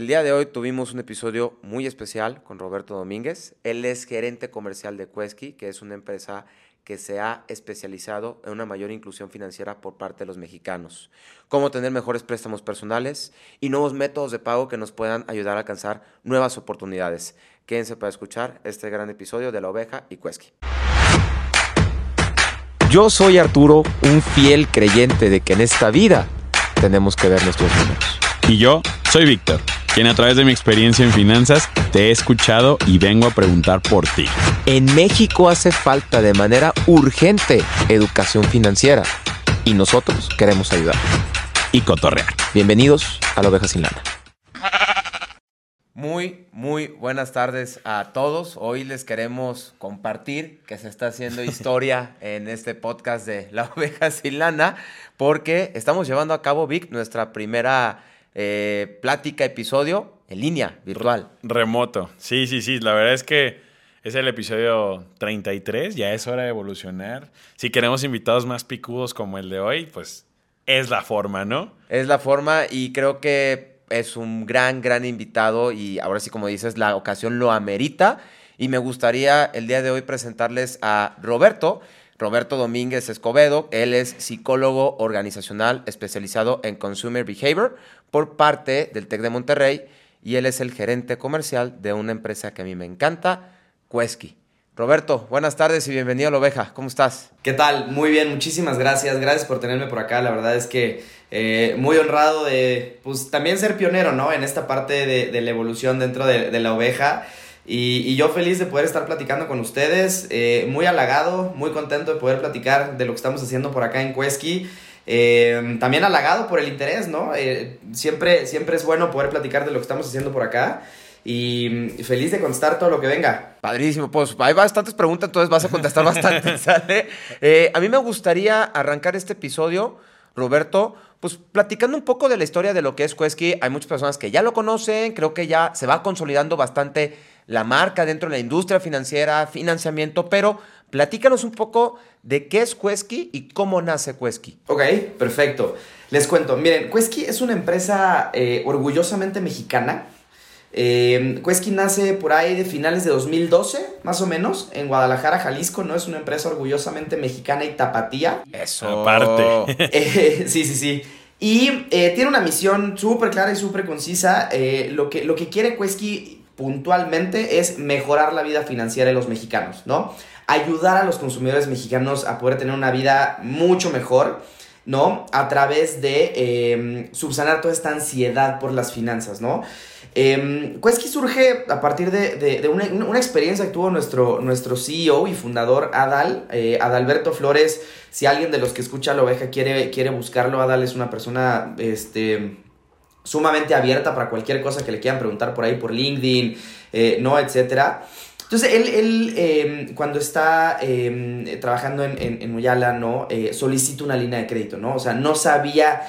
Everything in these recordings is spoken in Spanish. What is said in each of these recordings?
El día de hoy tuvimos un episodio muy especial con Roberto Domínguez. Él es gerente comercial de Quesky, que es una empresa que se ha especializado en una mayor inclusión financiera por parte de los mexicanos. Cómo tener mejores préstamos personales y nuevos métodos de pago que nos puedan ayudar a alcanzar nuevas oportunidades. Quédense para escuchar este gran episodio de La Oveja y Quesky. Yo soy Arturo, un fiel creyente de que en esta vida tenemos que ver nuestros números. Y yo soy Víctor, quien a través de mi experiencia en finanzas te he escuchado y vengo a preguntar por ti. En México hace falta de manera urgente educación financiera y nosotros queremos ayudar. Y cotorrear. Bienvenidos a La Oveja Sin Lana. Muy buenas tardes a todos. Hoy les queremos compartir que se está haciendo historia en este podcast de La Oveja Sin Lana porque estamos llevando a cabo, Vic, nuestra primera plática, episodio en línea, virtual. Remoto. Sí. La verdad es que es el episodio 33. Ya es hora de evolucionar. Si queremos invitados más picudos como el de hoy, pues es la forma, ¿no? Es la forma y creo que es un gran invitado y ahora sí, como dices, la ocasión lo amerita. Y me gustaría el día de hoy presentarles a Roberto Domínguez Escobedo. Él es psicólogo organizacional especializado en Consumer Behavior por parte del TEC de Monterrey y él es el gerente comercial de una empresa que a mí me encanta, Quesky. Roberto, buenas tardes y bienvenido a La Oveja. ¿Cómo estás? ¿Qué tal? Muy bien, muchísimas gracias. Gracias por tenerme por acá. La verdad es que muy honrado de pues también ser pionero, ¿no? En esta parte de la evolución dentro de La Oveja. Y yo feliz de poder estar platicando con ustedes, muy halagado, muy contento de poder platicar de lo que estamos haciendo por acá en Quesky. También halagado por el interés, ¿no? Siempre es bueno poder platicar de lo que estamos haciendo por acá. Y feliz de contestar todo lo que venga. Padrísimo, pues hay bastantes preguntas, entonces vas a contestar bastante, ¿sale? A mí me gustaría arrancar este episodio, Roberto, pues platicando un poco de la historia de lo que es Quesky. Hay muchas personas que ya lo conocen, creo que ya se va consolidando bastante la marca dentro de la industria financiera, financiamiento, pero platícanos un poco de qué es Quesky y cómo nace Quesky. Ok, perfecto. Les cuento, miren, Quesky es una empresa orgullosamente mexicana. Quesky nace por ahí de finales de 2012, más o menos, en Guadalajara, Jalisco, ¿no? Es una empresa orgullosamente mexicana y tapatía. Eso. Aparte. Sí. Y tiene una misión súper clara y súper concisa. Lo que quiere Quesky puntualmente es mejorar la vida financiera de los mexicanos, ¿no? Ayudar a los consumidores mexicanos a poder tener una vida mucho mejor, ¿no? A través de subsanar toda esta ansiedad por las finanzas, ¿no? Quesky surge a partir de una experiencia que tuvo nuestro CEO y fundador Adalberto Flores. Si alguien de los que escucha La Oveja quiere buscarlo, Adal es una persona sumamente abierta para cualquier cosa que le quieran preguntar por ahí por LinkedIn, ¿no? Etcétera. Entonces él cuando está trabajando en Muyala, ¿no? Solicita una línea de crédito, ¿no? O sea, no sabía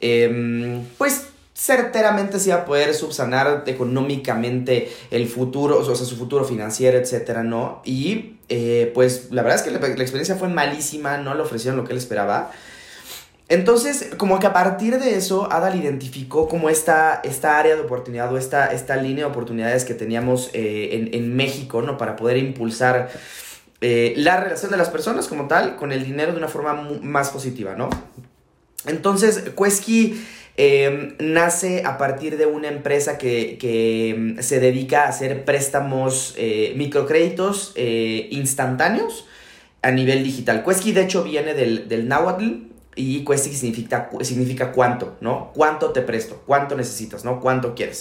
pues certeramente si iba a poder subsanar económicamente el futuro, o sea, su futuro financiero, etcétera, ¿no? Y pues la verdad es que la experiencia fue malísima, no le ofrecieron lo que él esperaba. Entonces, como que a partir de eso, Adal identificó como esta área de oportunidad o esta línea de oportunidades que teníamos en México, ¿no? Para poder impulsar la relación de las personas como tal con el dinero de una forma más positiva, ¿no? Entonces, Quesky nace a partir de una empresa que se dedica a hacer préstamos, microcréditos instantáneos a nivel digital. Quesky, de hecho, viene del náhuatl. Y Quesky significa cuánto, ¿no? ¿Cuánto te presto? ¿Cuánto necesitas, no? ¿Cuánto quieres?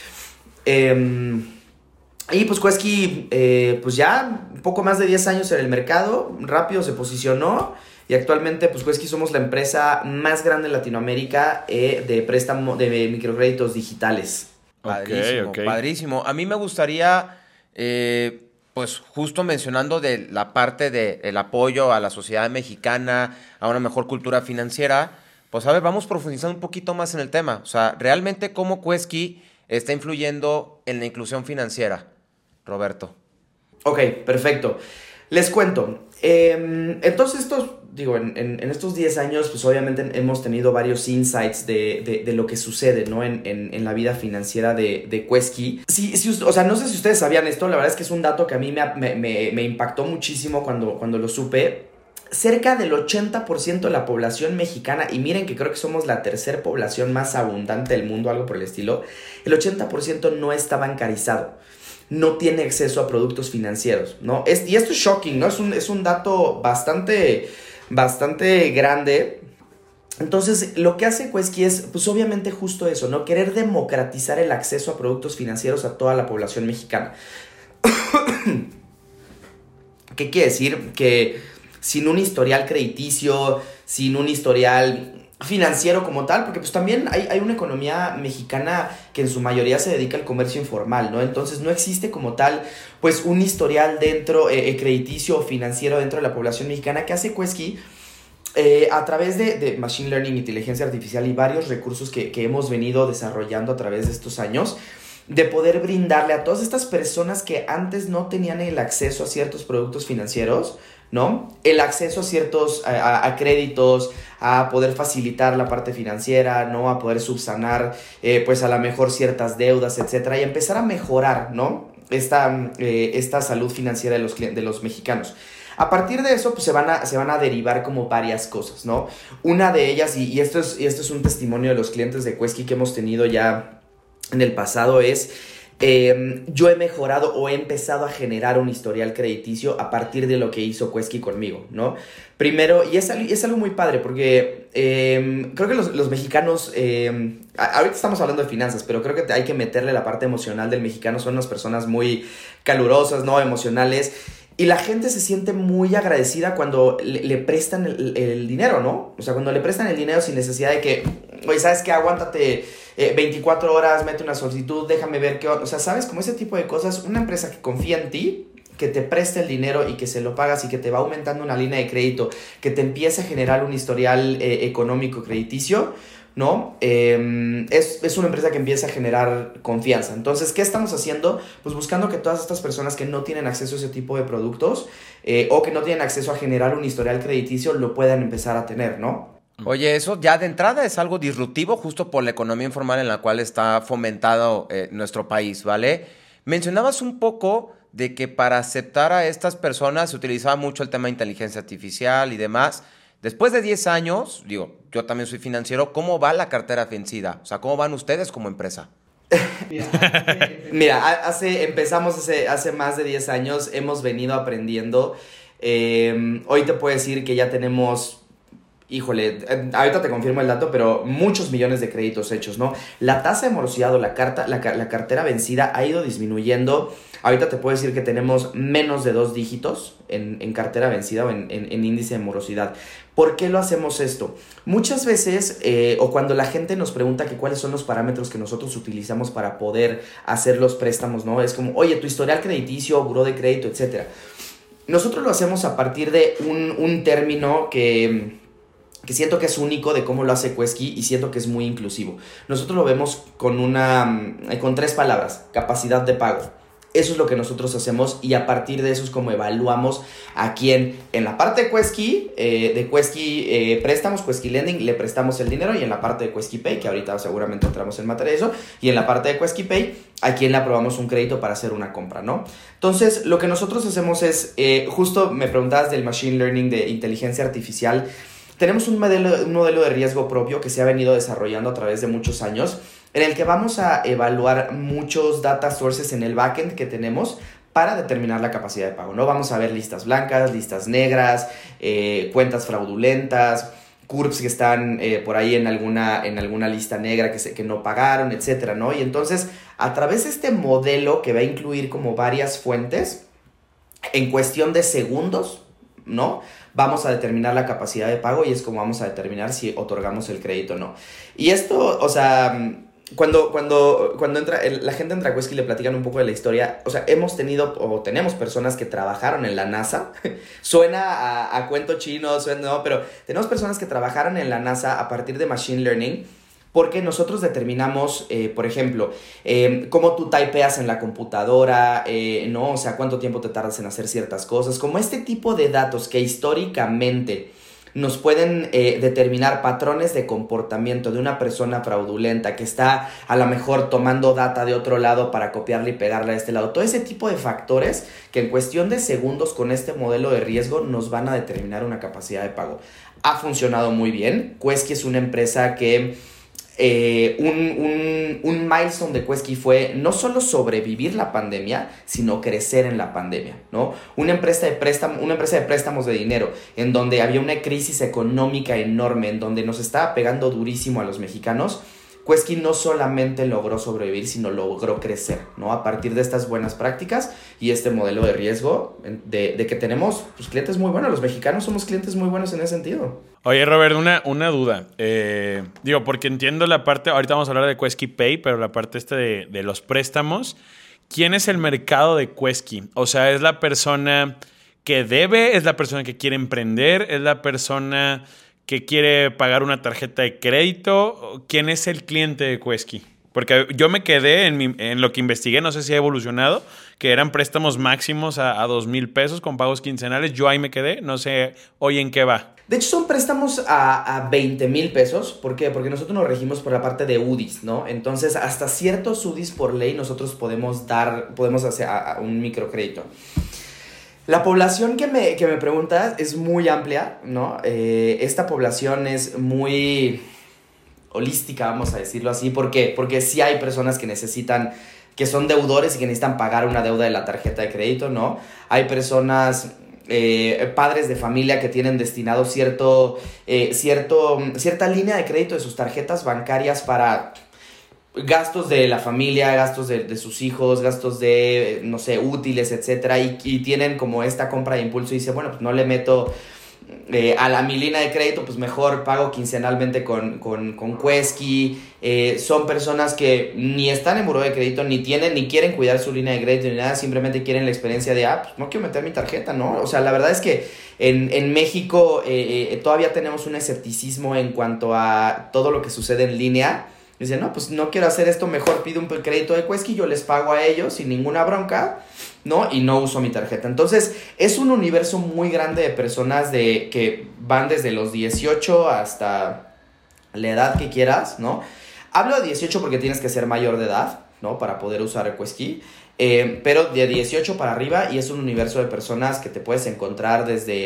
Y pues Quesky, pues ya un poco más de 10 años en el mercado, rápido se posicionó. Y actualmente, pues Quesky somos la empresa más grande en Latinoamérica de préstamo de microcréditos digitales. Padrísimo. A mí me gustaría... pues justo mencionando de la parte del apoyo a la sociedad mexicana, a una mejor cultura financiera, pues a ver, vamos profundizando un poquito más en el tema. O sea, realmente cómo Quesky está influyendo en la inclusión financiera, Roberto. Ok, perfecto. Les cuento. Entonces, en estos 10 años, pues obviamente hemos tenido varios insights de lo que sucede, ¿no? En la vida financiera de Quesky. O sea, no sé si ustedes sabían esto, la verdad es que es un dato que a mí me impactó muchísimo cuando lo supe. Cerca del 80% de la población mexicana, y miren que creo que somos la tercera población más abundante del mundo, algo por el estilo, el 80% no está bancarizado, no tiene acceso a productos financieros, ¿no? Y esto es shocking, ¿no? Es un dato bastante grande. Entonces, lo que hace Quesky es, pues obviamente justo eso, ¿no? Querer democratizar el acceso a productos financieros a toda la población mexicana. ¿Qué quiere decir? Que sin un historial crediticio, sin un historial financiero como tal, porque pues también hay una economía mexicana que en su mayoría se dedica al comercio informal, ¿no? Entonces no existe como tal, pues un historial dentro, crediticio o financiero dentro de la población mexicana. Que hace Quesky a través de Machine Learning, inteligencia artificial y varios recursos que hemos venido desarrollando a través de estos años, de poder brindarle a todas estas personas que antes no tenían el acceso a ciertos productos financieros, ¿no? El acceso a ciertos a créditos, a poder facilitar la parte financiera, ¿no? A poder subsanar, pues a lo mejor ciertas deudas, etcétera, y empezar a mejorar, ¿no? Esta salud financiera de los mexicanos. A partir de eso, pues se van a derivar como varias cosas, ¿no? Una de ellas, y esto es un testimonio de los clientes de Quesky que hemos tenido ya en el pasado, es yo he mejorado o he empezado a generar un historial crediticio a partir de lo que hizo Quesky conmigo, ¿no? Primero, y es algo muy padre porque creo que los mexicanos, ahorita estamos hablando de finanzas, pero creo que hay que meterle la parte emocional del mexicano. Son unas personas muy calurosas, ¿no? Emocionales. Y la gente se siente muy agradecida cuando le prestan el dinero, ¿no? O sea, cuando le prestan el dinero sin necesidad de que, oye, ¿sabes qué? Aguántate 24 horas, mete una solicitud, déjame ver qué... O sea, ¿sabes? Como ese tipo de cosas. Una empresa que confía en ti, que te preste el dinero y que se lo pagas y que te va aumentando una línea de crédito, que te empieza a generar un historial económico crediticio, ¿no? Es una empresa que empieza a generar confianza. Entonces, ¿qué estamos haciendo? Pues buscando que todas estas personas que no tienen acceso a ese tipo de productos o que no tienen acceso a generar un historial crediticio lo puedan empezar a tener, ¿no? Oye, eso ya de entrada es algo disruptivo justo por la economía informal en la cual está fomentado nuestro país, ¿vale? Mencionabas un poco de que para aceptar a estas personas se utilizaba mucho el tema de inteligencia artificial y demás. Después de 10 años, digo, yo también soy financiero, ¿cómo va la cartera vencida? O sea, ¿cómo van ustedes como empresa? Mira, empezamos hace más de 10 años, hemos venido aprendiendo. Hoy te puedo decir que ya tenemos... Híjole, ahorita te confirmo el dato, pero muchos millones de créditos hechos, ¿no? La tasa de morosidad o la cartera vencida ha ido disminuyendo. Ahorita te puedo decir que tenemos menos de 2 dígitos en cartera vencida o en índice de morosidad. ¿Por qué lo hacemos esto? Muchas veces, o cuando la gente nos pregunta que cuáles son los parámetros que nosotros utilizamos para poder hacer los préstamos, ¿no? Es como, oye, tu historial crediticio, buró de crédito, etc. Nosotros lo hacemos a partir de un término que siento que es único de cómo lo hace Quesky y siento que es muy inclusivo. Nosotros lo vemos con 3 palabras: capacidad de pago. Eso es lo que nosotros hacemos y a partir de eso es como evaluamos a quién en la parte de Quesky, préstamos, Quesky Lending, le prestamos el dinero, y en la parte de Quesky Pay, que ahorita seguramente entramos en materia de eso, y en la parte de Quesky Pay, a quién le aprobamos un crédito para hacer una compra, ¿no? Entonces, lo que nosotros hacemos es, justo me preguntabas del Machine Learning, de inteligencia artificial. Tenemos un modelo de riesgo propio que se ha venido desarrollando a través de muchos años, en el que vamos a evaluar muchos data sources en el backend que tenemos para determinar la capacidad de pago, ¿no? Vamos a ver listas blancas, listas negras, cuentas fraudulentas, CURPS que están por ahí en alguna lista negra que no pagaron, etcétera, ¿no? Y entonces, a través de este modelo que va a incluir como varias fuentes, en cuestión de segundos, ¿no? Vamos a determinar la capacidad de pago y es como vamos a determinar si otorgamos el crédito o no. Y esto, o sea, cuando la gente entra a Quesky y le platican un poco de la historia, o sea, tenemos personas que trabajaron en la NASA. Suena a cuento chino, no, pero tenemos personas que trabajaron en la NASA a partir de Machine Learning porque nosotros determinamos, por ejemplo, cómo tú typeas en la computadora, ¿no? O sea, cuánto tiempo te tardas en hacer ciertas cosas, como este tipo de datos que históricamente nos pueden determinar patrones de comportamiento de una persona fraudulenta que está a lo mejor tomando data de otro lado para copiarla y pegarla a este lado. Todo ese tipo de factores que en cuestión de segundos con este modelo de riesgo nos van a determinar una capacidad de pago. Ha funcionado muy bien. Quesky es una empresa que un milestone de Quesky fue no solo sobrevivir la pandemia, sino crecer en la pandemia, ¿no? Una empresa de préstamos de dinero en donde había una crisis económica enorme, en donde nos estaba pegando durísimo a los mexicanos. Quesky no solamente logró sobrevivir, sino logró crecer, ¿no? A partir de estas buenas prácticas y este modelo de riesgo de que tenemos pues, clientes muy buenos. Los mexicanos somos clientes muy buenos en ese sentido. Oye, Robert, una duda. Digo, porque entiendo la parte, ahorita vamos a hablar de Quesky Pay, pero la parte de los préstamos. ¿Quién es el mercado de Quesky? O sea, ¿es la persona que debe? ¿Es la persona que quiere emprender? ¿Es la persona que quiere pagar una tarjeta de crédito? ¿Quién es el cliente de Quesky? Porque yo me quedé en lo que investigué, no sé si ha evolucionado, que eran préstamos máximos a 2,000 pesos con pagos quincenales. Yo ahí me quedé, no sé hoy en qué va. De hecho, son préstamos a 20,000 pesos. ¿Por qué? Porque nosotros nos regimos por la parte de UDIs, ¿no? Entonces, hasta ciertos UDIs por ley nosotros podemos hacer un microcrédito. La población que me preguntas es muy amplia, ¿no? Esta población es muy holística, vamos a decirlo así. ¿Por qué? Porque sí hay personas que son deudores y que necesitan pagar una deuda de la tarjeta de crédito, ¿no? Hay personas, padres de familia que tienen destinado cierta línea de crédito de sus tarjetas bancarias para gastos de la familia, gastos de sus hijos, gastos de, no sé, útiles, etcétera, y tienen como esta compra de impulso y dice, bueno, pues no le meto a mi línea de crédito, pues mejor pago quincenalmente con Quesky. Son personas que ni están en buró de crédito, ni quieren cuidar su línea de crédito ni nada, simplemente quieren la experiencia de, pues no quiero meter mi tarjeta, ¿no? O sea, la verdad es que en México todavía tenemos un escepticismo en cuanto a todo lo que sucede en línea. Dicen, no, pues no quiero hacer esto, mejor pido un crédito de Quesky, yo les pago a ellos sin ninguna bronca, ¿no? Y no uso mi tarjeta. Entonces, es un universo muy grande de personas que van desde los 18 hasta la edad que quieras, ¿no? Hablo de 18 porque tienes que ser mayor de edad, ¿no? Para poder usar el Quesky. Pero de 18 para arriba, y es un universo de personas que te puedes encontrar desde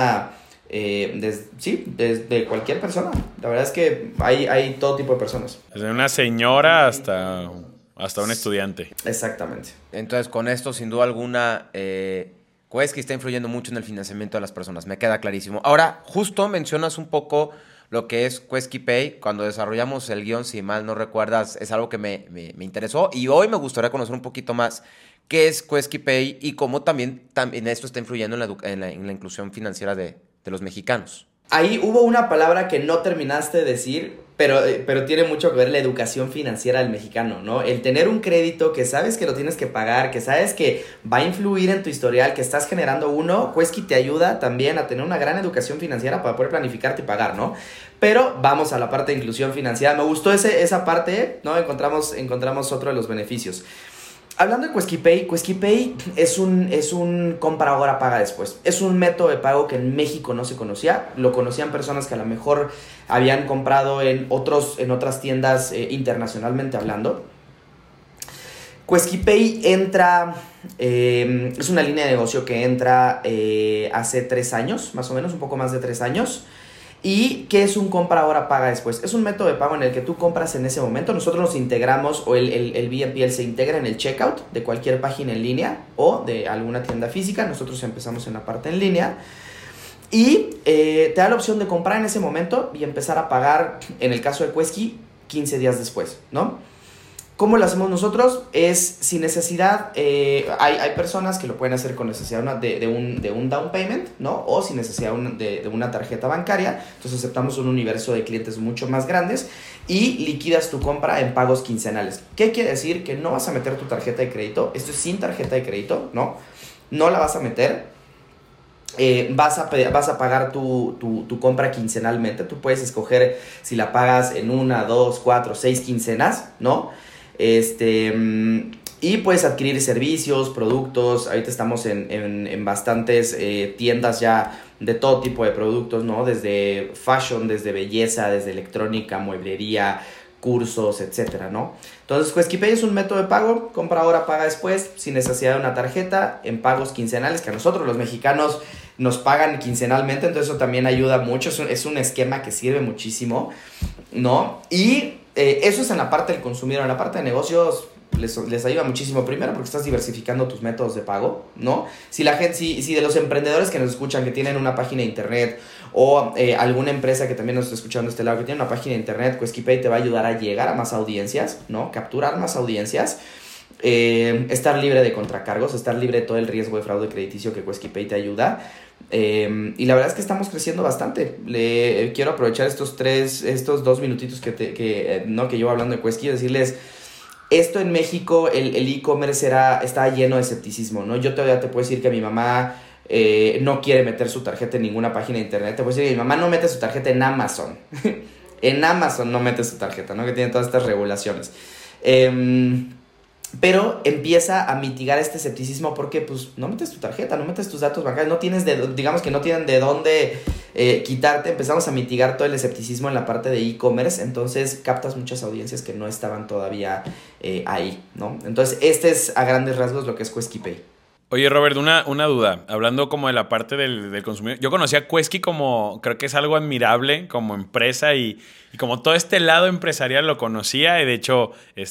desde cualquier persona. La verdad es que hay todo tipo de personas. Desde una señora hasta un estudiante. Exactamente. Entonces, con esto, sin duda alguna, Quesky está influyendo mucho en el financiamiento de las personas. Me queda clarísimo. Ahora, justo mencionas un poco lo que es Quesky Pay. Cuando desarrollamos el guión, si mal no recuerdas, es algo que me interesó. Y hoy me gustaría conocer un poquito más qué es Quesky Pay y cómo también esto está influyendo en la inclusión financiera de los mexicanos. Ahí hubo una palabra que no terminaste de decir, pero tiene mucho que ver la educación financiera del mexicano, ¿no? El tener un crédito que sabes que lo tienes que pagar, que sabes que va a influir en tu historial, que estás generando uno. Quesky te ayuda también a tener una gran educación financiera para poder planificarte y pagar, ¿no? Pero vamos a la parte de inclusión financiera. Me gustó esa parte, ¿no? Encontramos otro de los beneficios. Hablando de Quesky Pay es un compra ahora, paga después. Es un método de pago que en México no se conocía. Lo conocían personas que a lo mejor habían comprado en otras tiendas internacionalmente hablando. Quesky Pay entra, es una línea de negocio que entra hace 3 años, más o menos, un poco más de 3 años. ¿Y qué es un compra ahora, paga después? Es un método de pago en el que tú compras en ese momento. Nosotros nos integramos, o el BNPL se integra en el checkout de cualquier página en línea o de alguna tienda física. Nosotros empezamos en la parte en línea. Y te da la opción de comprar en ese momento y empezar a pagar, en el caso de Quesky, 15 días después, ¿no? ¿Cómo lo hacemos nosotros? Es sin necesidad, hay personas que lo pueden hacer con necesidad de un down payment, ¿no? O sin necesidad de una tarjeta bancaria. Entonces aceptamos un universo de clientes mucho más grandes y liquidas tu compra en pagos quincenales. ¿Qué quiere decir? Que no vas a meter tu tarjeta de crédito. Esto es sin tarjeta de crédito, ¿no? No la vas a meter. vas a pagar tu compra quincenalmente. Tú puedes escoger si la pagas en 1, 2, 4, 6 quincenas, ¿no? Y puedes adquirir servicios, productos. Ahorita estamos en bastantes tiendas ya de todo tipo de productos, ¿no? Desde fashion, desde belleza, desde electrónica, mueblería, cursos, etcétera, ¿no? Entonces, QuesquiPay es un método de pago, compra ahora, paga después, sin necesidad de una tarjeta, en pagos quincenales, que a nosotros los mexicanos nos pagan quincenalmente, entonces eso también ayuda mucho, es un esquema que sirve muchísimo, ¿no? Y eso es en la parte del consumidor. En la parte de negocios les ayuda muchísimo, primero porque estás diversificando tus métodos de pago, ¿no? Si de los emprendedores que nos escuchan, que tienen una página de internet, o alguna empresa que también nos está escuchando de este lado, que tiene una página de internet, QuesquiPay te va a ayudar a llegar a más audiencias, ¿no? Capturar más audiencias, estar libre de contracargos, estar libre de todo el riesgo de fraude crediticio que QuesquiPay te ayuda. Y la verdad es que estamos creciendo bastante. Quiero aprovechar estos 2 minutitos que llevo hablando de Quesky y decirles, esto en México, el e-commerce está lleno de escepticismo, ¿no? Yo todavía te puedo decir que mi mamá no quiere meter su tarjeta en ninguna página de internet. Te puedo decir que mi mamá no mete su tarjeta en Amazon. En Amazon no mete su tarjeta, ¿no? Que tiene todas estas regulaciones. Pero empieza a mitigar este escepticismo porque pues no metes tu tarjeta, no metes tus datos bancarios, no tienes digamos que no tienen de dónde quitarte. Empezamos a mitigar todo el escepticismo en la parte de e-commerce, entonces captas muchas audiencias que no estaban todavía ahí, ¿no? Entonces este es a grandes rasgos lo que es QuesquiPay. Oye, Robert, una duda. Hablando como de la parte del consumidor. Yo conocí a Quesky como, creo que es algo admirable como empresa y como todo este lado empresarial lo conocía. Y de hecho,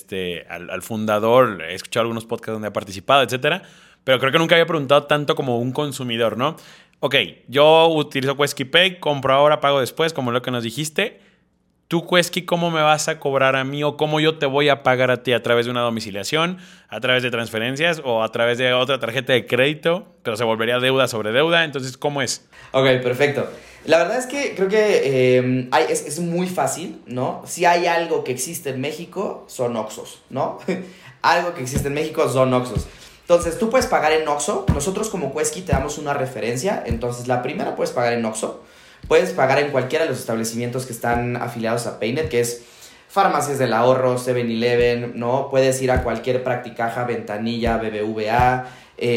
al fundador, he escuchado algunos podcasts donde ha participado, etcétera. Pero creo que nunca había preguntado tanto como un consumidor, ¿no? Ok, yo utilizo QuesquiPay, compro ahora, pago después, como lo que nos dijiste. Tú, Quesky, ¿cómo me vas a cobrar a mí o cómo yo te voy a pagar a ti? ¿A través de una domiciliación, a través de transferencias o a través de otra tarjeta de crédito? Pero se volvería deuda sobre deuda. Entonces, ¿cómo es? Ok, perfecto. La verdad es que creo que es muy fácil, ¿no? Si hay algo que existe en México, son Oxxos, ¿no? Algo que existe en México son Oxxos. Entonces, tú puedes pagar en Oxxo. Nosotros como Quesky te damos una referencia. Entonces, la primera puedes pagar en Oxxo. Puedes pagar en cualquiera de los establecimientos que están afiliados a Paynet, que es Farmacias del Ahorro, 7-Eleven, ¿no? Puedes ir a cualquier Practicaja, Ventanilla, BBVA.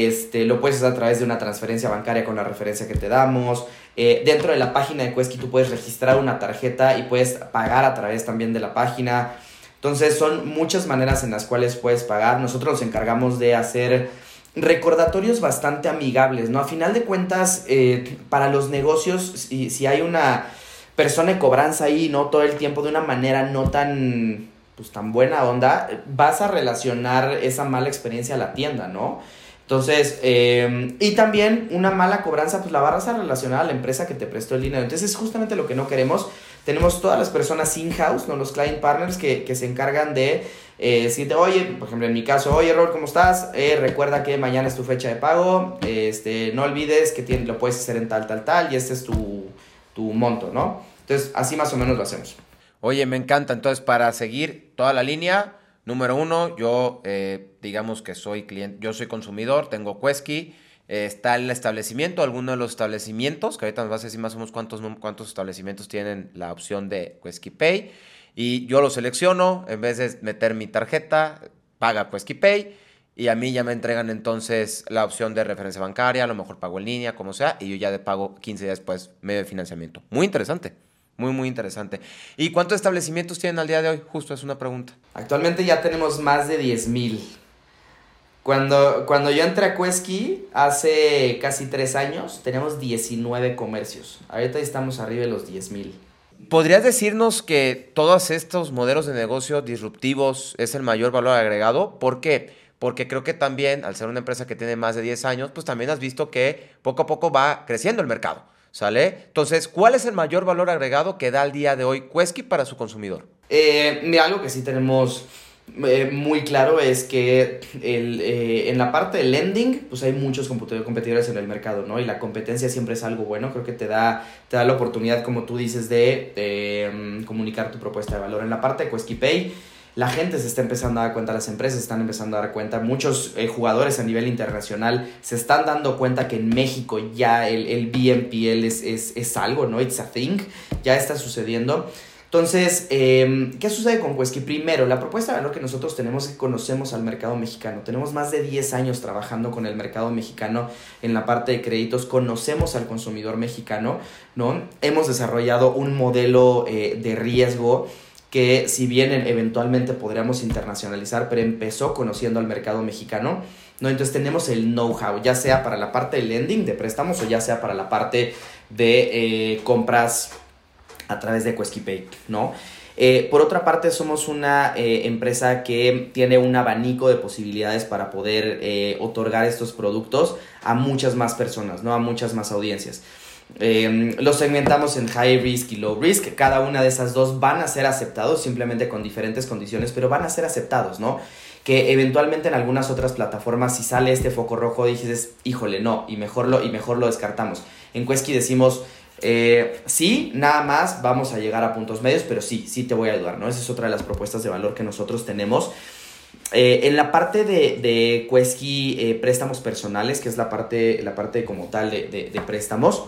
Lo puedes hacer a través de una transferencia bancaria con la referencia que te damos. Dentro de la página de Quesky tú puedes registrar una tarjeta y puedes pagar a través también de la página. Entonces son muchas maneras en las cuales puedes pagar. Nosotros nos encargamos de hacer recordatorios bastante amigables, ¿no? A final de cuentas, para los negocios, si hay una persona de cobranza ahí, ¿no? Todo el tiempo de una manera no tan buena onda, vas a relacionar esa mala experiencia a la tienda, ¿no? Entonces, y también una mala cobranza, pues la vas a relacionar a la empresa que te prestó el dinero. Entonces, es justamente lo que no queremos. Tenemos todas las personas in-house, ¿no? Los client partners que se encargan de decirte, oye, por ejemplo, en mi caso, oye, Robert, ¿cómo estás? Recuerda que mañana es tu fecha de pago. No olvides que lo puedes hacer en tal, y este es tu monto, ¿no? Entonces, así más o menos lo hacemos. Oye, me encanta. Entonces, para seguir toda la línea, número 1, yo digamos que soy cliente, yo soy consumidor, tengo Quesky, está el establecimiento, alguno de los establecimientos, que ahorita nos vas a decir más o menos cuántos establecimientos tienen la opción de QuesquiPay, y yo lo selecciono, en vez de meter mi tarjeta, paga QuesquiPay, y a mí ya me entregan entonces la opción de referencia bancaria, a lo mejor pago en línea, como sea, y yo ya pago 15 días después medio de financiamiento. Muy interesante. Muy, muy interesante. ¿Y cuántos establecimientos tienen al día de hoy? Justo es una pregunta. Actualmente ya tenemos más de 10,000. Cuando yo entré a Quesky hace casi 3 años, teníamos 19 comercios. Ahorita estamos arriba de los 10,000. ¿Podrías decirnos que todos estos modelos de negocio disruptivos es el mayor valor agregado? ¿Por qué? Porque creo que también, al ser una empresa que tiene más de 10 años, pues también has visto que poco a poco va creciendo el mercado. ¿Sale? Entonces, ¿cuál es el mayor valor agregado que da al día de hoy Quesky para su consumidor? Mira, algo que sí tenemos muy claro es que en la parte de lending, pues hay muchos competidores en el mercado, ¿no? Y la competencia siempre es algo bueno. Creo que te da la oportunidad, como tú dices, de comunicar tu propuesta de valor. En la parte de QuesquiPay, la gente se está empezando a dar cuenta, las empresas se están empezando a dar cuenta, muchos jugadores a nivel internacional se están dando cuenta que en México ya el BNPL es algo, ¿no? It's a thing, ya está sucediendo. Entonces, ¿qué sucede con Quesky? Primero, la propuesta de valor que nosotros tenemos es que conocemos al mercado mexicano. Tenemos más de 10 años trabajando con el mercado mexicano en la parte de créditos. Conocemos al consumidor mexicano, ¿no? Hemos desarrollado un modelo de riesgo que, si bien eventualmente podríamos internacionalizar, pero empezó conociendo al mercado mexicano, ¿no? Entonces tenemos el know-how, ya sea para la parte de lending, de préstamos, o ya sea para la parte de compras a través de Quesky Pay, ¿no? Por otra parte, somos una empresa que tiene un abanico de posibilidades para poder otorgar estos productos a muchas más personas, ¿no? A muchas más audiencias. Los segmentamos en high risk y low risk. Cada una de esas dos van a ser aceptados, simplemente con diferentes condiciones, pero van a ser aceptados, ¿no? Que eventualmente en algunas otras plataformas, si sale este foco rojo, dices, híjole, no, y mejor lo descartamos. En Quesky decimos, sí, nada más vamos a llegar a puntos medios, pero sí te voy a ayudar, ¿no? Esa es otra de las propuestas de valor que nosotros tenemos. En la parte de Quesky préstamos personales, que es la parte como tal de préstamos,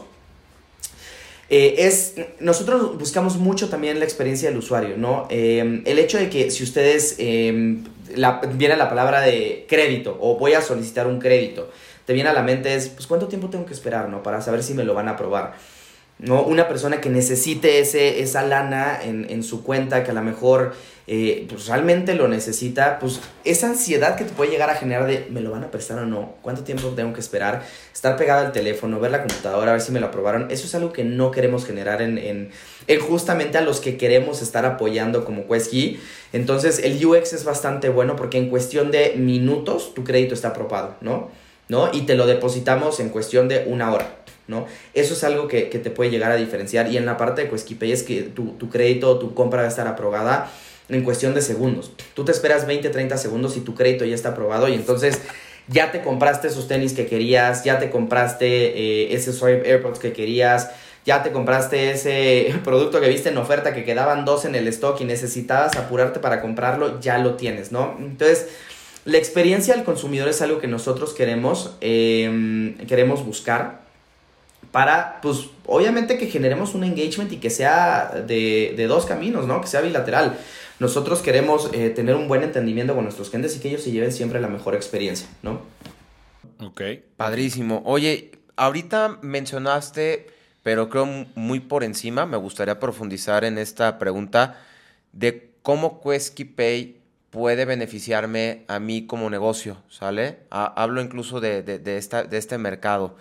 nosotros buscamos mucho también la experiencia del usuario, ¿no? El hecho de que si ustedes, viene la palabra de crédito o voy a solicitar un crédito, te viene a la mente es, pues, ¿cuánto tiempo tengo que esperar, ¿no? Para saber si me lo van a aprobar, ¿no? Una persona que necesite esa lana en su cuenta, que a lo mejor pues realmente lo necesita, pues esa ansiedad que te puede llegar a generar de ¿me lo van a prestar o no? ¿Cuánto tiempo tengo que esperar? Estar pegado al teléfono, ver la computadora, a ver si me lo aprobaron. Eso es algo que no queremos generar en justamente a los que queremos estar apoyando como Quesky. Entonces el UX es bastante bueno porque en cuestión de minutos tu crédito está aprobado, ¿no? Y te lo depositamos en cuestión de 1 hora, ¿no? Eso es algo que te puede llegar a diferenciar. Y en la parte de Quesky Pay es que tu crédito o tu compra va a estar aprobada en cuestión de segundos. Tú te esperas 20, 30 segundos y tu crédito ya está aprobado, y entonces ya te compraste esos tenis que querías, ya te compraste esos AirPods que querías, ya te compraste ese producto que viste en oferta que quedaban 2 en el stock y necesitabas apurarte para comprarlo, ya lo tienes, ¿no? Entonces, la experiencia del consumidor es algo que nosotros queremos buscar para, pues, obviamente que generemos un engagement y que sea de 2 caminos, ¿no? Que sea bilateral. Nosotros queremos tener un buen entendimiento con nuestros clientes y que ellos se lleven siempre la mejor experiencia, ¿no? Ok. Padrísimo. Oye, ahorita mencionaste, pero creo muy por encima, me gustaría profundizar en esta pregunta de cómo Quesky Pay puede beneficiarme a mí como negocio, ¿sale? Hablo incluso de este mercado.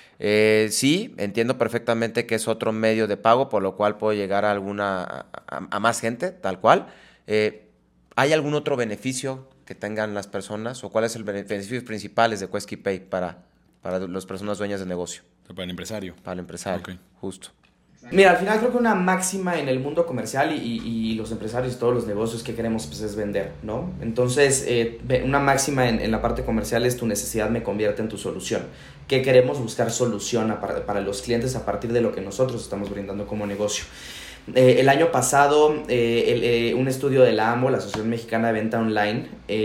Sí, entiendo perfectamente que es otro medio de pago, por lo cual puedo llegar a más gente, tal cual. ¿Hay algún otro beneficio que tengan las personas? ¿O cuáles son los beneficios principales de Quesky Pay para las personas dueñas de negocio? Para el empresario. Para el empresario, Okay. Justo. Mira, al final creo que una máxima en el mundo comercial y los empresarios y todos los negocios que queremos, pues, es vender, ¿no? Entonces, una máxima en la parte comercial es: tu necesidad me convierte en tu solución. ¿Qué queremos? Buscar solución para los clientes a partir de lo que nosotros estamos brindando como negocio. El año pasado, un estudio de la AMO, la Asociación Mexicana de Venta Online,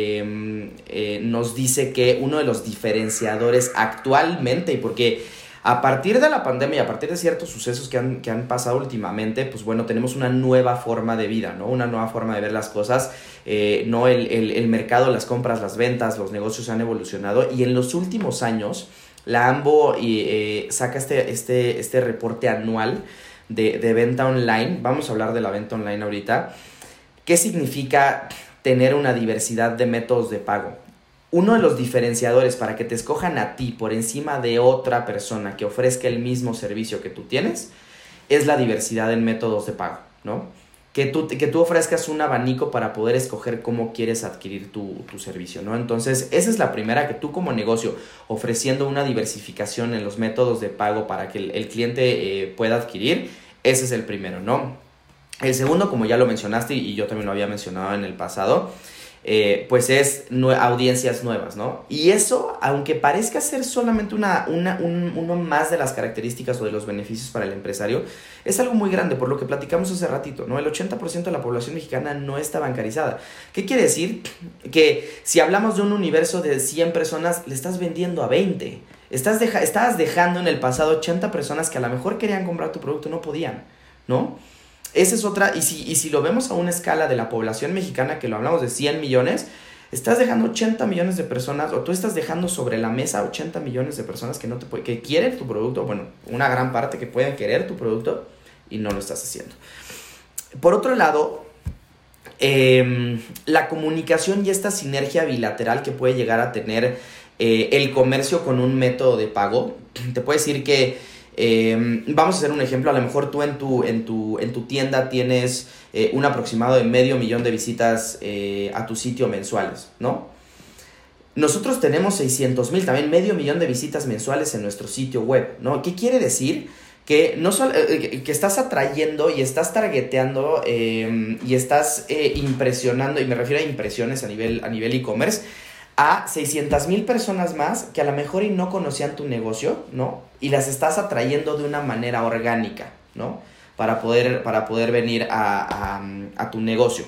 nos dice que uno de los diferenciadores actualmente, y porque a partir de la pandemia y a partir de ciertos sucesos que han pasado últimamente, pues bueno, tenemos una nueva forma de vida, ¿no? Una nueva forma de ver las cosas. No, el mercado, las compras, las ventas, los negocios han evolucionado, y en los últimos años la AMBO saca este reporte anual de venta online. Vamos a hablar de la venta online ahorita. ¿Qué significa tener una diversidad de métodos de pago? Uno de los diferenciadores para que te escojan a ti por encima de otra persona que ofrezca el mismo servicio que tú tienes es la diversidad en métodos de pago, ¿no? Que tú ofrezcas un abanico para poder escoger cómo quieres adquirir tu servicio, ¿no? Entonces, esa es la primera, que tú como negocio, ofreciendo una diversificación en los métodos de pago para que el cliente pueda adquirir, ese es el primero, ¿no? El segundo, como ya lo mencionaste y yo también lo había mencionado en el pasado, pues es audiencias nuevas, ¿no? Y eso, aunque parezca ser solamente uno más de las características o de los beneficios para el empresario, es algo muy grande, por lo que platicamos hace ratito, ¿no? El 80% de la población mexicana no está bancarizada. ¿Qué quiere decir? Que si hablamos de un universo de 100 personas, le estás vendiendo a 20. Estabas dejando en el pasado 80 personas que a lo mejor querían comprar tu producto y no podían, ¿no? Esa es otra, y si lo vemos a una escala de la población mexicana, que lo hablamos de 100 millones, estás dejando 80 millones de personas, o tú estás dejando sobre la mesa 80 millones de personas que quieren tu producto, bueno, una gran parte que pueden querer tu producto, y no lo estás haciendo. Por otro lado, la comunicación y esta sinergia bilateral que puede llegar a tener el comercio con un método de pago, te puedo decir que vamos a hacer un ejemplo. A lo mejor tú en tu tienda tienes un aproximado de 500,000 de visitas a tu sitio mensuales, ¿no? Nosotros tenemos 600,000, también 500,000 de visitas mensuales en nuestro sitio web, ¿no? ¿Qué quiere decir? Que no solo que estás atrayendo y estás targeteando y estás impresionando, y me refiero a impresiones a nivel e-commerce, a 600,000 personas más que a lo mejor y no conocían tu negocio, ¿no? Y las estás atrayendo de una manera orgánica, ¿no? Para poder venir a tu negocio.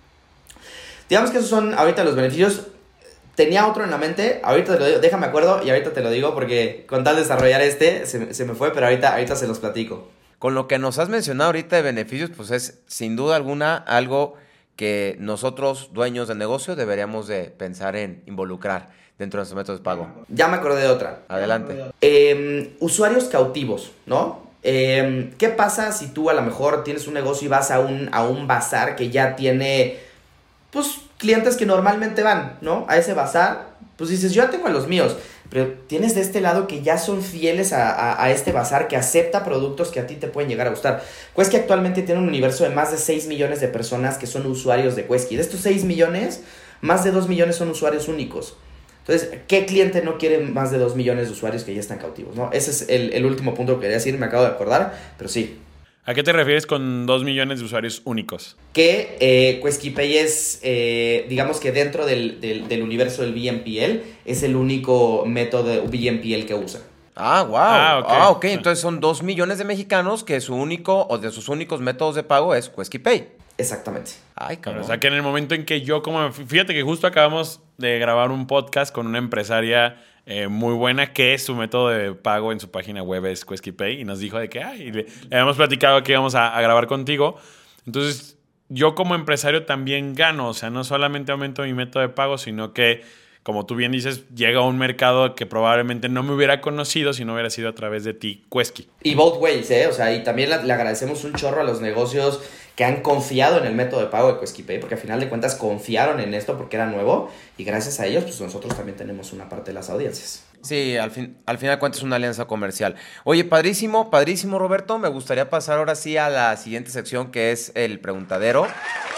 Digamos que esos son ahorita los beneficios. Tenía otro en la mente, ahorita te lo digo, déjame acuerdo y ahorita te lo digo porque con tal de desarrollar se me fue, pero ahorita se los platico. Con lo que nos has mencionado ahorita de beneficios, pues es sin duda alguna algo que nosotros, dueños de negocio, deberíamos de pensar en involucrar dentro de nuestros métodos de pago. Ya me acordé de otra. Adelante. Usuarios cautivos, ¿no? ¿Qué pasa si tú a lo mejor tienes un negocio y vas a un bazar que ya tiene, pues, clientes que normalmente van, ¿no? A ese bazar, pues dices, yo ya tengo a los míos, pero tienes de este lado que ya son fieles a este bazar, que acepta productos que a ti te pueden llegar a gustar. Quesky actualmente tiene un universo de más de 6 millones de personas que son usuarios de Quesky. De estos 6 millones, más de 2 millones son usuarios únicos. Entonces, ¿qué cliente no quiere más de 2 millones de usuarios que ya están cautivos, ¿no? Ese es el último punto que quería decir, me acabo de acordar, pero sí. ¿A qué te refieres con 2 millones de usuarios únicos? Que Quesky Pay es, digamos que dentro del universo del BNPL, es el único método de BNPL que usa. Ah, wow. Ok. Sí. Entonces son 2 millones de mexicanos que su único o de sus únicos métodos de pago es Quesky Pay. Exactamente. Ay, cabrón. O sea, que en el momento en que fíjate que justo acabamos de grabar un podcast con una empresaria muy buena que su método de pago en su página web es Quesky Pay y nos dijo de que le habíamos platicado que íbamos a grabar contigo. Entonces, yo como empresario también gano. O sea, no solamente aumento mi método de pago, sino que, como tú bien dices, llega a un mercado que probablemente no me hubiera conocido si no hubiera sido a través de ti, Quesky. Y both ways, ¿eh? O sea, y también le agradecemos un chorro a los negocios que han confiado en el método de pago de Quesky Pay, porque al final de cuentas confiaron en esto porque era nuevo, y gracias a ellos, pues nosotros también tenemos una parte de las audiencias. Sí, al final de cuentas es una alianza comercial. Oye, padrísimo, Roberto. Me gustaría pasar ahora sí a la siguiente sección, que es el preguntadero.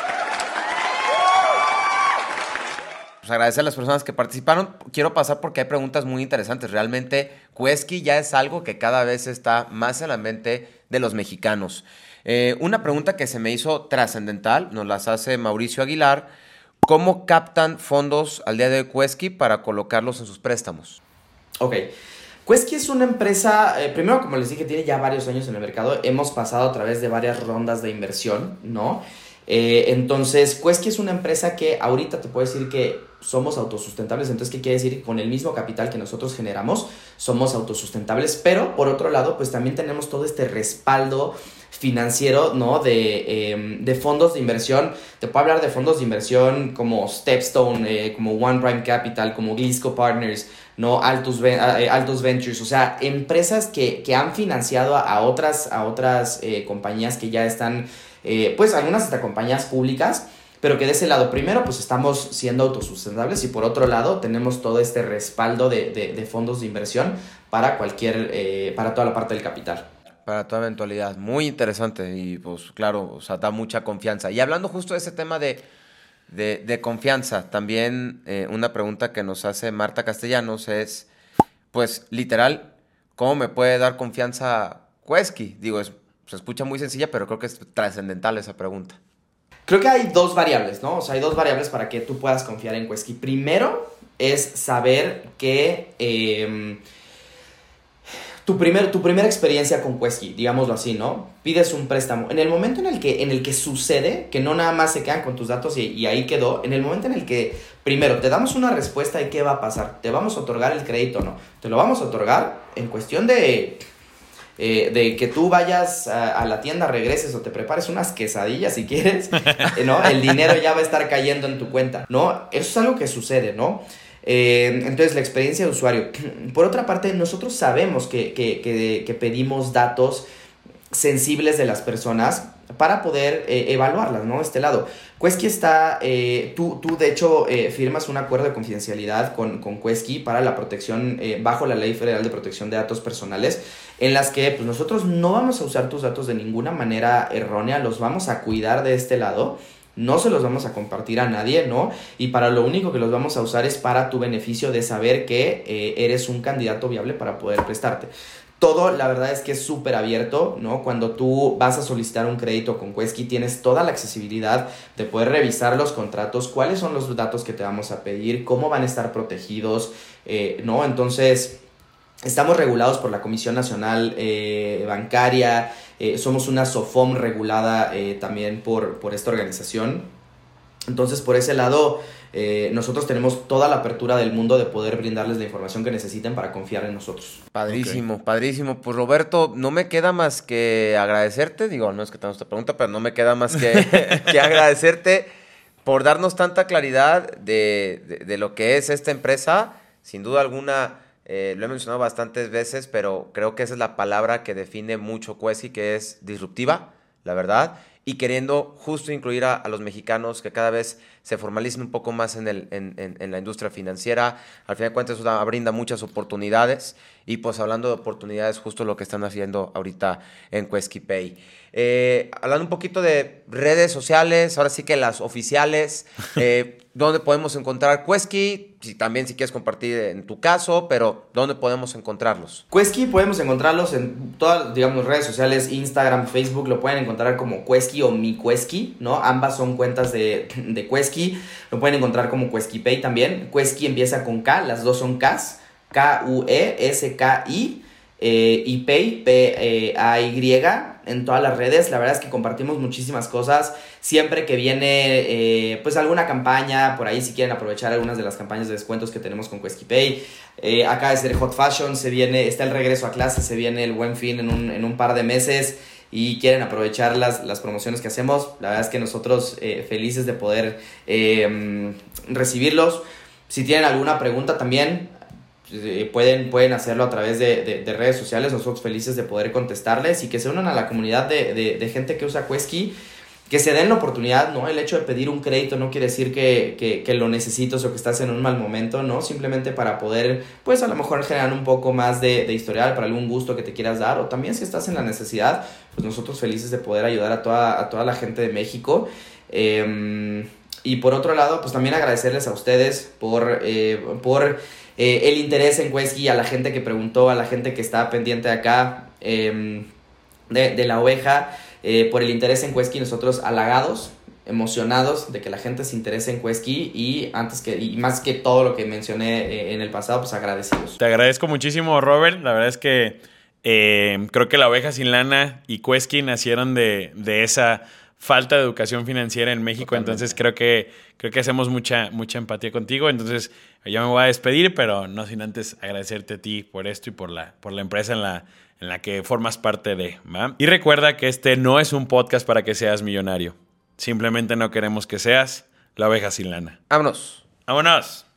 Pues agradecer a las personas que participaron. Quiero pasar porque hay preguntas muy interesantes. Realmente, Quesky ya es algo que cada vez está más en la mente de los mexicanos. Una pregunta que se me hizo trascendental, nos las hace Mauricio Aguilar. ¿Cómo captan fondos al día de hoy Quesky para colocarlos en sus préstamos? Ok. Quesky es una empresa, primero, como les dije, tiene ya varios años en el mercado. Hemos pasado a través de varias rondas de inversión, ¿no? Entonces, Quesky es una empresa que ahorita te puedo decir que somos autosustentables. Entonces, ¿qué quiere decir? Con el mismo capital que nosotros generamos, somos autosustentables. Pero, por otro lado, pues también tenemos todo este respaldo financiero, ¿no? De fondos de inversión. Te puedo hablar de fondos de inversión como Stepstone, como One Prime Capital, como Glisco Partners, ¿no? Altus Ventures. O sea, empresas que han financiado a otras compañías que ya están, pues algunas hasta compañías públicas, pero que de ese lado, primero, pues estamos siendo autosustentables, y por otro lado, tenemos todo este respaldo de fondos de inversión para para toda la parte del capital. Para toda eventualidad. Muy interesante y pues claro, o sea, da mucha confianza. Y hablando justo de ese tema de confianza, también una pregunta que nos hace Marta Castellanos es, pues literal, ¿cómo me puede dar confianza Quesky? Digo, se escucha muy sencilla, pero creo que es trascendental esa pregunta. Creo que hay dos variables, ¿no? O sea, hay dos variables para que tú puedas confiar en Quesky. Primero es saber que tu primera experiencia con Quesky, digámoslo así, ¿no? Pides un préstamo. En el momento en el que sucede, que no nada más se quedan con tus datos y ahí quedó, en el momento en el que, primero, te damos una respuesta de qué va a pasar. ¿Te vamos a otorgar el crédito o no? Te lo vamos a otorgar en cuestión de que tú vayas a la tienda, regreses o te prepares unas quesadillas si quieres, ¿no? El dinero ya va a estar cayendo en tu cuenta, ¿no? Eso es algo que sucede, ¿no? Entonces, la experiencia de usuario. Por otra parte, nosotros sabemos que pedimos datos sensibles de las personas para poder evaluarlas, ¿no? Este lado. Quesky está, tú de hecho firmas un acuerdo de confidencialidad con Quesky para la protección, bajo la Ley Federal de Protección de Datos Personales, en las que pues, nosotros no vamos a usar tus datos de ninguna manera errónea, los vamos a cuidar de este lado. No se los vamos a compartir a nadie, ¿no? Y para lo único que los vamos a usar es para tu beneficio de saber que eres un candidato viable para poder prestarte. Todo, la verdad es que es súper abierto, ¿no? Cuando tú vas a solicitar un crédito con Quesky, tienes toda la accesibilidad de poder revisar los contratos, cuáles son los datos que te vamos a pedir, cómo van a estar protegidos, ¿no? Entonces, estamos regulados por la Comisión Nacional Bancaria, somos una SOFOM regulada también por esta organización. Entonces, por ese lado, nosotros tenemos toda la apertura del mundo de poder brindarles la información que necesiten para confiar en nosotros. Padrísimo, okay. Padrísimo. Pues Roberto, no me queda más que agradecerte. Digo, no es que tengamos esta pregunta, pero no me queda más que agradecerte por darnos tanta claridad de lo que es esta empresa. Sin duda alguna, lo he mencionado bastantes veces, pero creo que esa es la palabra que define mucho Quesky, que es disruptiva, la verdad. Y queriendo justo incluir a los mexicanos que cada vez se formalicen un poco más en la industria financiera. Al final de cuentas eso brinda muchas oportunidades y pues hablando de oportunidades, justo lo que están haciendo ahorita en Quesky Pay. Hablando un poquito de redes sociales, ahora sí que las oficiales, ¿dónde podemos encontrar Quesky? También si quieres compartir en tu caso, pero ¿dónde podemos encontrarlos? Quesky podemos encontrarlos en todas, digamos, redes sociales, Instagram, Facebook, lo pueden encontrar como Quesky o Mi Quesky, ¿no? Ambas son cuentas de Quesky, lo pueden encontrar como Quesky Pay también. Quesky empieza con K, las dos son Ks, K-U-E-S-K-I, y Pay, P-A-Y, en todas las redes. La verdad es que compartimos muchísimas cosas. Siempre que viene pues alguna campaña, por ahí si quieren aprovechar algunas de las campañas de descuentos que tenemos con Quesky Pay. Acaba de ser Hot Fashion, está el regreso a clase, se viene el Buen Fin en un par de meses y quieren aprovechar las promociones que hacemos. La verdad es que nosotros felices de poder recibirlos. Si tienen alguna pregunta también, pueden hacerlo a través de redes sociales. Nosotros felices de poder contestarles y que se unan a la comunidad de gente que usa Quesky, que se den la oportunidad, ¿no? El hecho de pedir un crédito no quiere decir que lo necesitas o que estás en un mal momento, ¿no? Simplemente para poder, pues a lo mejor generar un poco más de historial para algún gusto que te quieras dar, o también si estás en la necesidad, pues nosotros felices de poder ayudar a toda la gente de México. Y por otro lado, pues también agradecerles a ustedes por el interés en Quesky, a la gente que preguntó, a la gente que está pendiente de acá de la oveja, por el interés en Quesky. Nosotros halagados, emocionados de que la gente se interese en Quesky y más que todo lo que mencioné en el pasado, pues agradecidos. Te agradezco muchísimo, Robert. La verdad es que creo que la oveja sin lana y Quesky nacieron de esa falta de educación financiera en México. Totalmente. Entonces creo que hacemos mucha empatía contigo. Entonces ya me voy a despedir, pero no sin antes agradecerte a ti por esto y por la empresa en la que formas parte de, ¿va? Y recuerda que este no es un podcast para que seas millonario. Simplemente no queremos que seas la oveja sin lana. ¡Vámonos! ¡Vámonos!